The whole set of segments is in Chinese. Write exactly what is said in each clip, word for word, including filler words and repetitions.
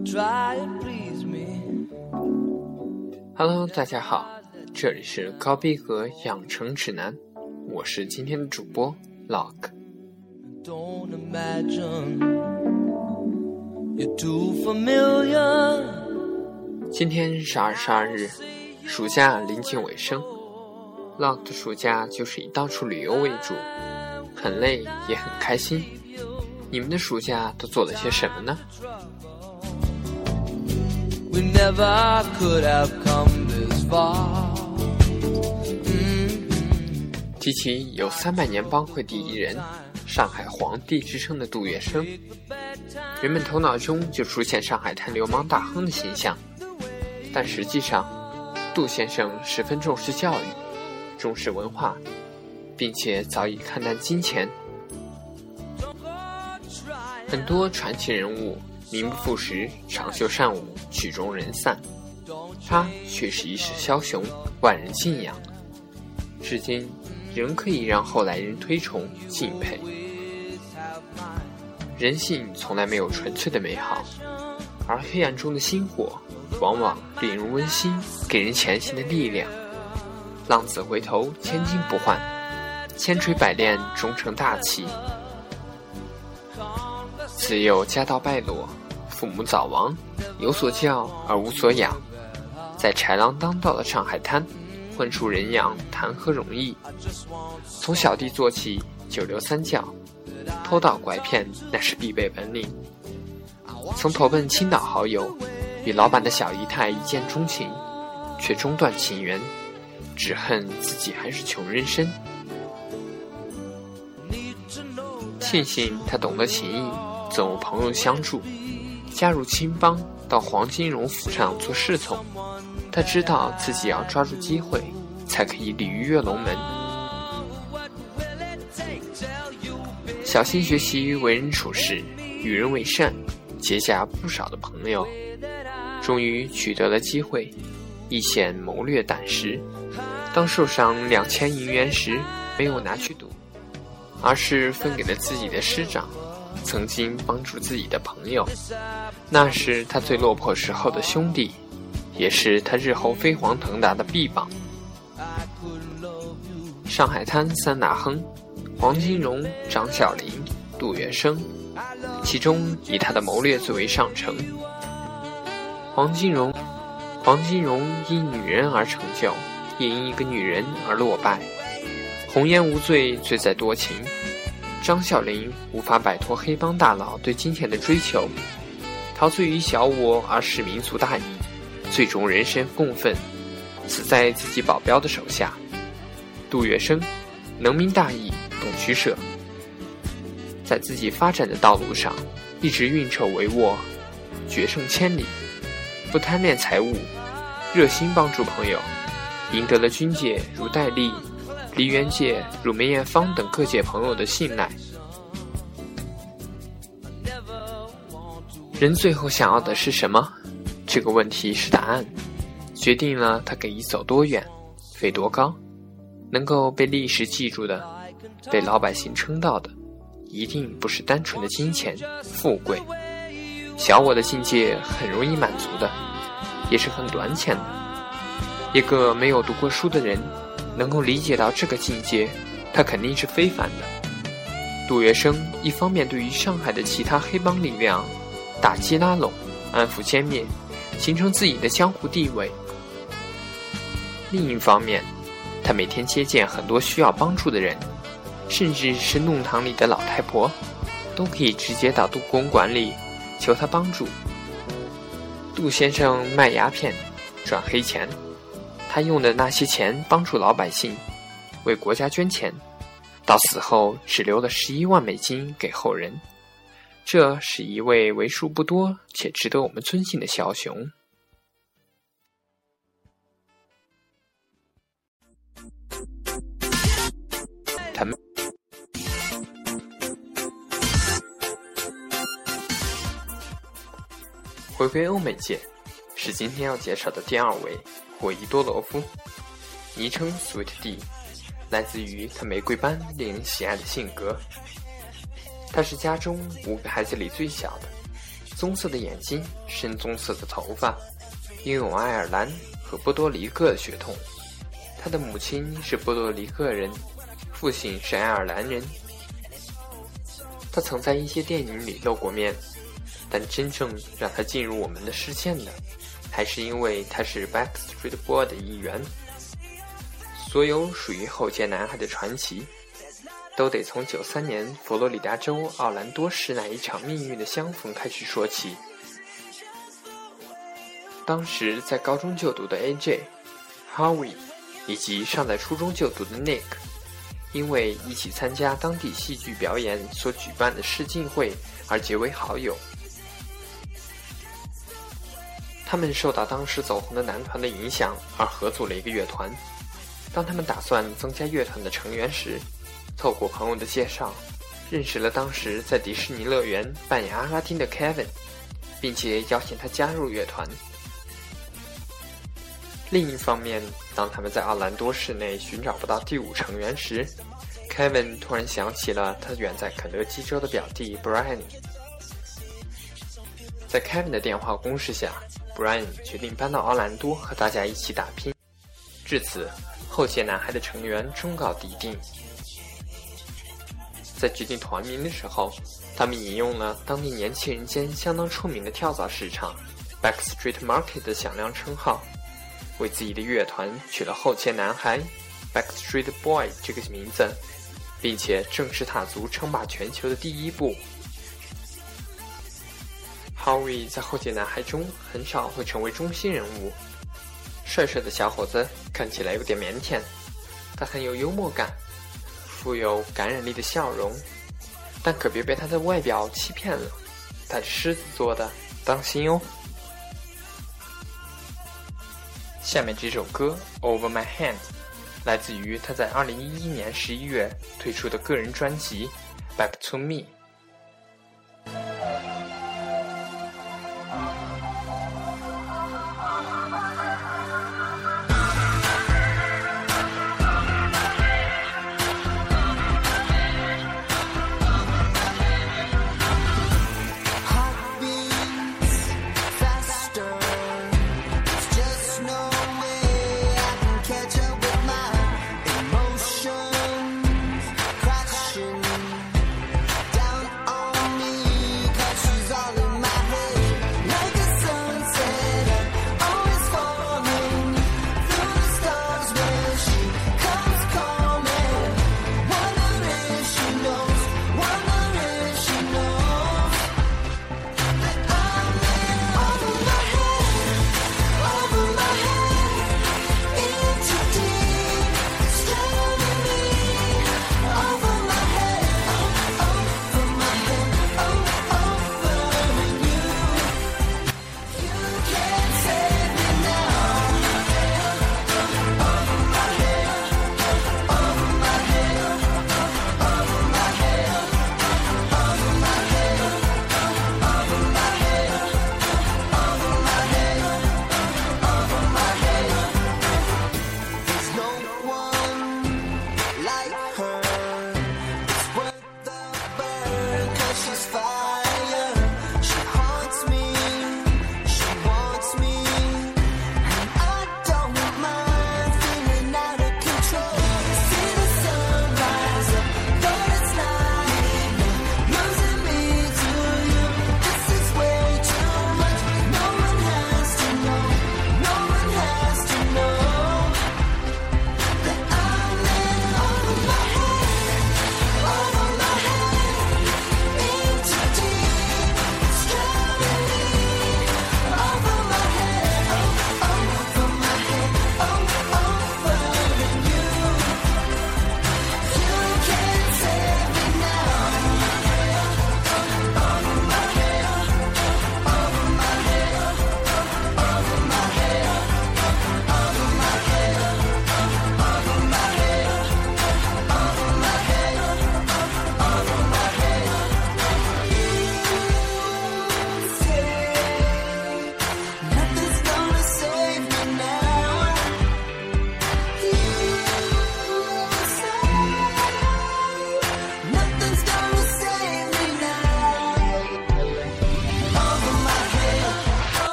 Hello， 大家好，这里是高逼格养成指南，我是今天的主播 Lock。今天是二十二日，暑假临近尾声。Lock 的暑假就是以到处旅游为主，很累也很开心。你们的暑假都做了些什么呢？提起有三百年帮会第一人、上海皇帝之称的杜月笙，人们头脑中就出现上海滩流氓大亨的形象。但实际上，杜先生十分重视教育，重视文化，并且早已看淡金钱。很多传奇人物名不副实，长袖善舞，曲终人散，他却是一世枭雄，万人敬仰，至今仍可以让后来人推崇敬佩。人性从来没有纯粹的美好，而黑暗中的星火往往令人温馨，给人前行的力量。浪子回头，千金不换，千锤百炼，终成大器。自幼家道败落，父母早亡，有所教而无所养，在豺狼当道的上海滩混出人样，谈何容易。从小弟做起，九流三教，偷盗拐骗那是必备本领。曾投奔青岛好友，与老板的小姨太一见钟情，却中断情缘，只恨自己还是穷人生。庆幸他懂得情义，总有朋友相助，加入青帮，到黄金荣府上做侍从。他知道自己要抓住机会，才可以鲤鱼跃龙门。小心学习为人处事，与人为善，结下不少的朋友。终于取得了机会，一显谋略胆识。当受赏两千银元时，没有拿去赌，而是分给了自己的师长，曾经帮助自己的朋友，那是他最落魄时候的兄弟，也是他日后飞黄腾达的臂膀。上海滩三大亨，黄金荣、张小林、杜月笙，其中以他的谋略最为上乘。黄金荣黄金荣因女人而成就，也因一个女人而落败。红颜无罪，罪在多情。张小林无法摆脱黑帮大佬对金钱的追求，陶醉于小我而视民族大义，最终人身共愤，死在自己保镖的手下。杜月笙能明大义，懂取舍，在自己发展的道路上一直运筹帷幄，决胜千里，不贪恋财物，热心帮助朋友，赢得了军界如戴笠、梨园界如梅艳芳等各界朋友的信赖。人最后想要的是什么？这个问题是答案，决定了他可以走多远，飞多高。能够被历史记住的，被老百姓称道的，一定不是单纯的金钱富贵。小我的境界很容易满足的，也是很短浅的。一个没有读过书的人能够理解到这个境界，他肯定是非凡的。杜月笙一方面对于上海的其他黑帮力量打击拉拢，安抚歼灭，形成自己的江湖地位。另一方面，他每天接见很多需要帮助的人，甚至是弄堂里的老太婆，都可以直接到杜公馆里求他帮助。杜先生卖鸦片赚黑钱，他用的那些钱帮助老百姓，为国家捐钱，到死后只留了十一万美金给后人。这是一位为数不多且值得我们尊敬的枭雄。他们回归欧美界，是今天要介绍的第二位霍伊多罗夫，昵称 Sweet D， 来自于他玫瑰般令人喜爱的性格。他是家中五个孩子里最小的， 棕色的眼睛，深棕色的头发，拥有爱尔兰和波多黎各的血统。他的母亲是波多黎各人，父亲是爱尔兰人。他曾在一些电影里露过面，但真正让他进入我们的视线的，还是因为他是 Backstreet Boys 的一员。所有属于后街男孩的传奇，都得从九三年佛罗里达州奥兰多市那一场命运的相逢开始说起。当时在高中就读的 A J、Howie 以及尚在初中就读的 Nick， 因为一起参加当地戏剧表演所举办的试镜会而结为好友。他们受到当时走红的男团的影响而合组了一个乐团。当他们打算增加乐团的成员时，透过朋友的介绍，认识了当时在迪士尼乐园扮演阿拉丁的 Kevin， 并且邀请他加入乐团。另一方面，当他们在奥兰多市内寻找不到第五成员时， Kevin 突然想起了他远在肯德基州的表弟 Brian。 在 Kevin 的电话攻势下， Brian 决定搬到奥兰多和大家一起打拼。至此，后街男孩的成员终告敌定。在决定团名的时候，他们引用了当地年轻人间相当出名的跳蚤市场 Backstreet Market 的响亮称号，为自己的乐团取了后街男孩 Backstreet Boy 这个名字，并且正式踏足称霸全球的第一步。Howie 在后街男孩中很少会成为中心人物，帅帅的小伙子看起来有点腼腆，他很有幽默感，富有感染力的笑容，但可别被他的外表欺骗了，他是狮子座的，当心哦。下面这首歌 Over My Head 来自于他在二零一一年十一月推出的个人专辑 Back to Me。 Down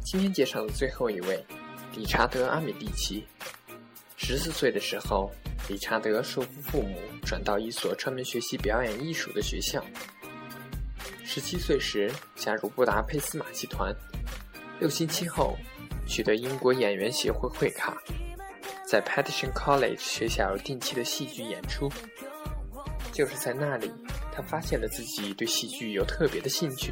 今天介绍的最后一位，理查德·阿米蒂奇。十四岁的时候，理查德说服父母转到一所专门学习表演艺术的学校。十七岁时加入布达佩斯马戏团，六星期后取得英国演员协会会卡，在 Paddington College 学校有定期的戏剧演出。就是在那里，他发现了自己对戏剧有特别的兴趣。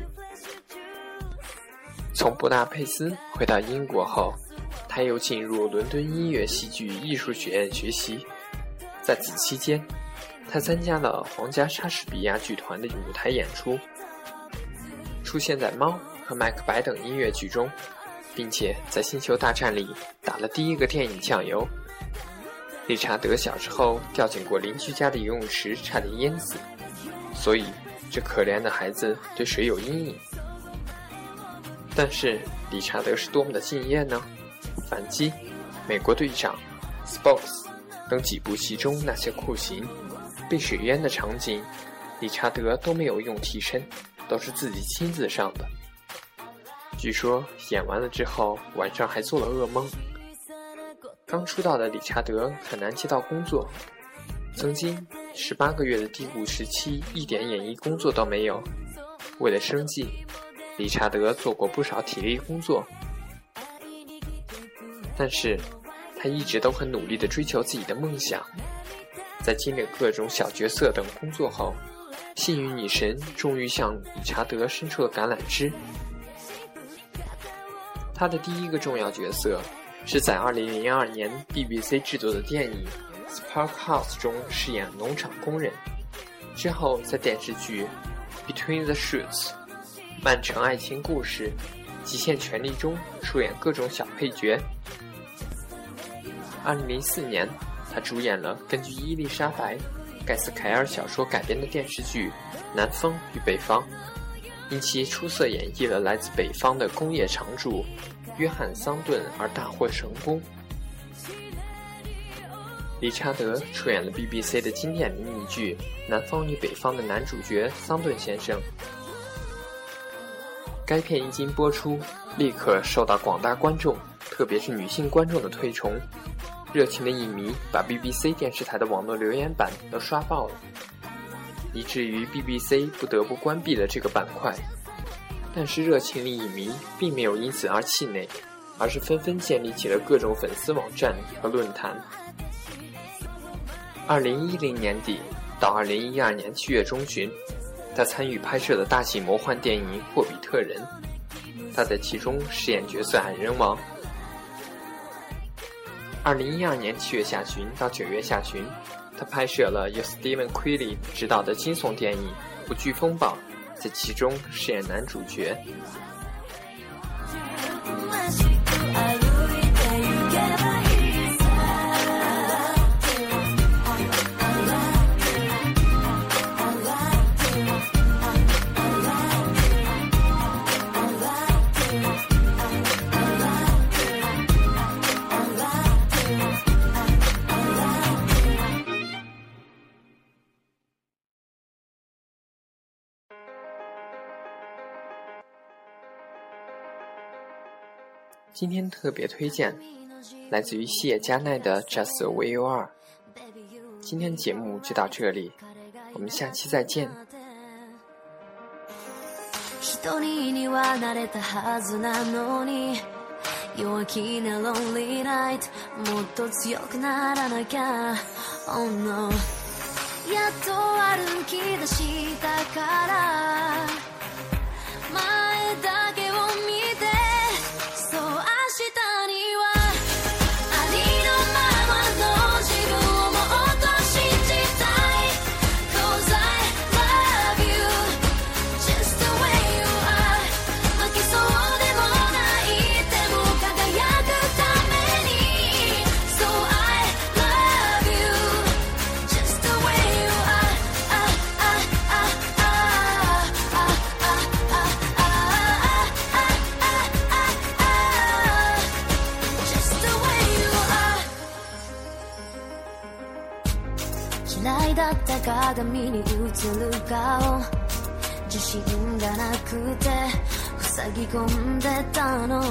从布达佩斯回到英国后，他又进入伦敦音乐戏剧艺术学院学习。在此期间，他参加了皇家莎士比亚剧团的舞台演出，出现在《猫》和《麦克白》等音乐剧中，并且在《星球大战》里打了第一个电影酱油。理查德小时候掉进过邻居家的游泳池，差点淹死，所以这可怜的孩子对水有阴影。但是理查德是多么的敬业呢？反击、美国队长、Spokes 等几部戏中那些酷刑、被水淹的场景，理查德都没有用替身，都是自己亲自上的。据说演完了之后，晚上还做了噩梦。刚出道的理查德很难接到工作，曾经十八个月的低谷时期，一点演艺工作都没有。为了生计，理查德做过不少体力工作，但是他一直都很努力地追求自己的梦想。在经历各种小角色等工作后，幸运女神终于向理查德伸出了橄榄枝。他的第一个重要角色是在二零零二年 B B C 制作的电影 Spark House 中饰演农场工人，之后在电视剧 Between the Shoots 曼城爱情故事、极限权力中出演各种小配角。二零零四年，他主演了根据伊丽莎白·盖斯凯尔小说改编的电视剧《南方与北方》，因其出色演绎了来自北方的工业常驻约翰·桑顿而大获成功。理查德出演了 B B C 的经典迷你剧《南方与北方》的男主角桑顿先生。该片一经播出，立刻受到广大观众，特别是女性观众的推崇。热情的影迷把 B B C 电视台的网络留言板都刷爆了，以至于 B B C 不得不关闭了这个板块。但是热情的影迷并没有因此而气馁，而是纷纷建立起了各种粉丝网站和论坛。二零一零年底到二零一二年七月中旬，他参与拍摄的大型魔幻电影《霍比特人》，他在其中饰演角色矮人王。二零一二年七月下旬到九月下旬，他拍摄了由 Stephen Quilly 执导的惊悚电影《不惧风暴》，在其中饰演男主角。今天特别推荐来自于谢加奈的 Just the Way You Are。 今天节目就到这里，我们下期再见。一人にはなれたはずなのに、弱気な lonely night、 もっと強くならなきゃ Oh no、 やっと歩き出したから前だけを見て、そう明日にはありのままの自分をもっと信じたい Cause I love you just the way you are。 負けそうでもないでも輝くために So I love you just the way you are。 ああああああああ嫌いだった鏡に映る顔、自信がなくて塞ぎ込んでたの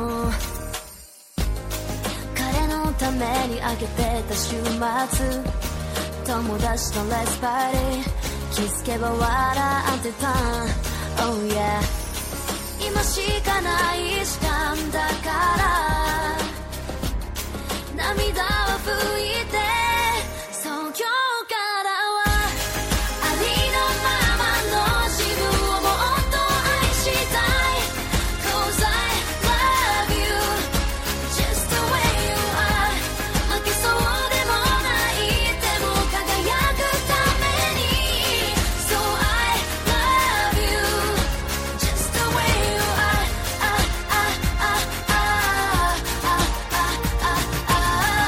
彼のためにあげてた週末友達のレスパーティー気づけば笑ってた Oh yeah 今しかない時間だから涙は拭いてそう今日からはありのままの自分をもっと愛したい Cause I love you just the way you are 負けそうでもないでも輝くために So I love you just the way you are ああああああああ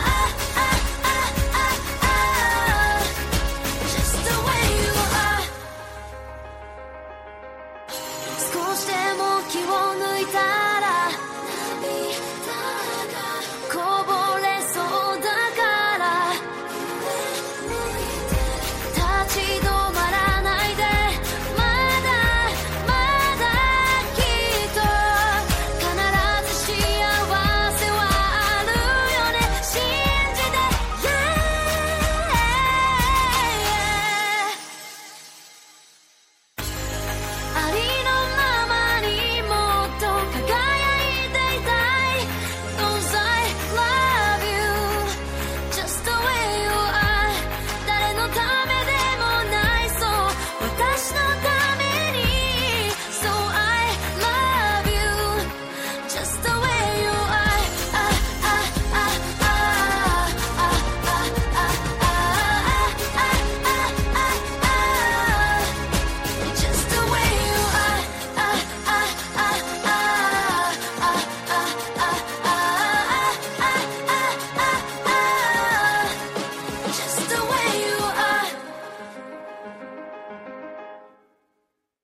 Just the way you are 少しでも気を抜いた